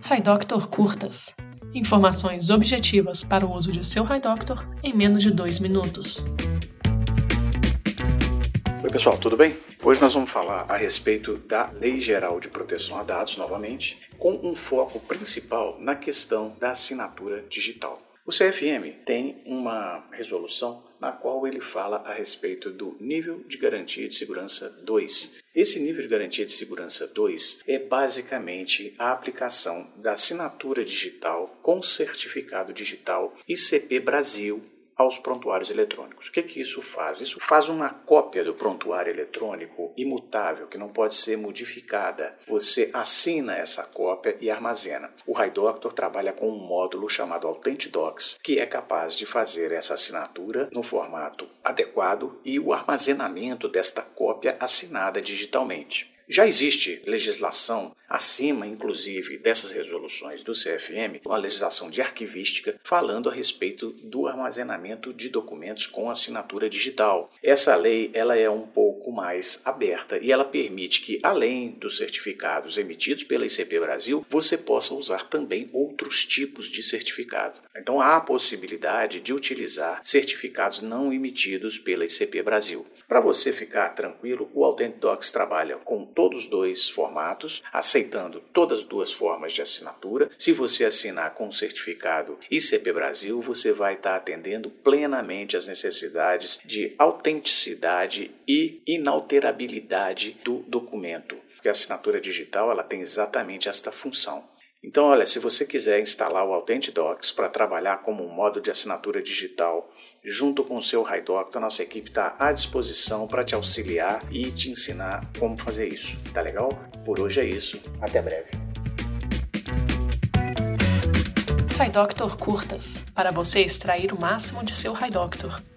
HiDoctor Curtas. Informações objetivas para o uso de seu HiDoctor em menos de 2 minutos. Oi pessoal, tudo bem? Hoje nós vamos falar a respeito da Lei Geral de Proteção a Dados, novamente, com um foco principal na questão da assinatura digital. O CFM tem uma resolução na qual ele fala a respeito do nível de garantia de segurança 2. Esse nível de garantia de segurança 2 é basicamente a aplicação da assinatura digital com certificado digital ICP Brasil aos prontuários eletrônicos. O que isso faz? Isso faz uma cópia do prontuário eletrônico imutável, que não pode ser modificada. Você assina essa cópia e armazena. O HiDoctor trabalha com um módulo chamado AuthentiDocs, que é capaz de fazer essa assinatura no formato adequado e o armazenamento desta cópia assinada digitalmente. Já existe legislação acima, inclusive, dessas resoluções do CFM, uma legislação de arquivística, falando a respeito do armazenamento de documentos com assinatura digital. Essa lei ela é um pouco mais aberta e ela permite que, além dos certificados emitidos pela ICP Brasil, você possa usar também outros tipos de certificado. Então, há a possibilidade de utilizar certificados não emitidos pela ICP Brasil. Para você ficar tranquilo, o AuthentiDocs trabalha com todos os dois formatos, aceitando todas as duas formas de assinatura. Se você assinar com o certificado ICP Brasil, você vai estar atendendo plenamente às necessidades de autenticidade e inalterabilidade do documento, porque a assinatura digital ela tem exatamente esta função. Então, olha, se você quiser instalar o AuthentiDocs para trabalhar como um modo de assinatura digital junto com o seu HiDoctor, nossa equipe está à disposição para te auxiliar e te ensinar como fazer isso. Tá legal? Por hoje é isso. Até breve. HiDoctor Curtas, para você extrair o máximo de seu HiDoctor.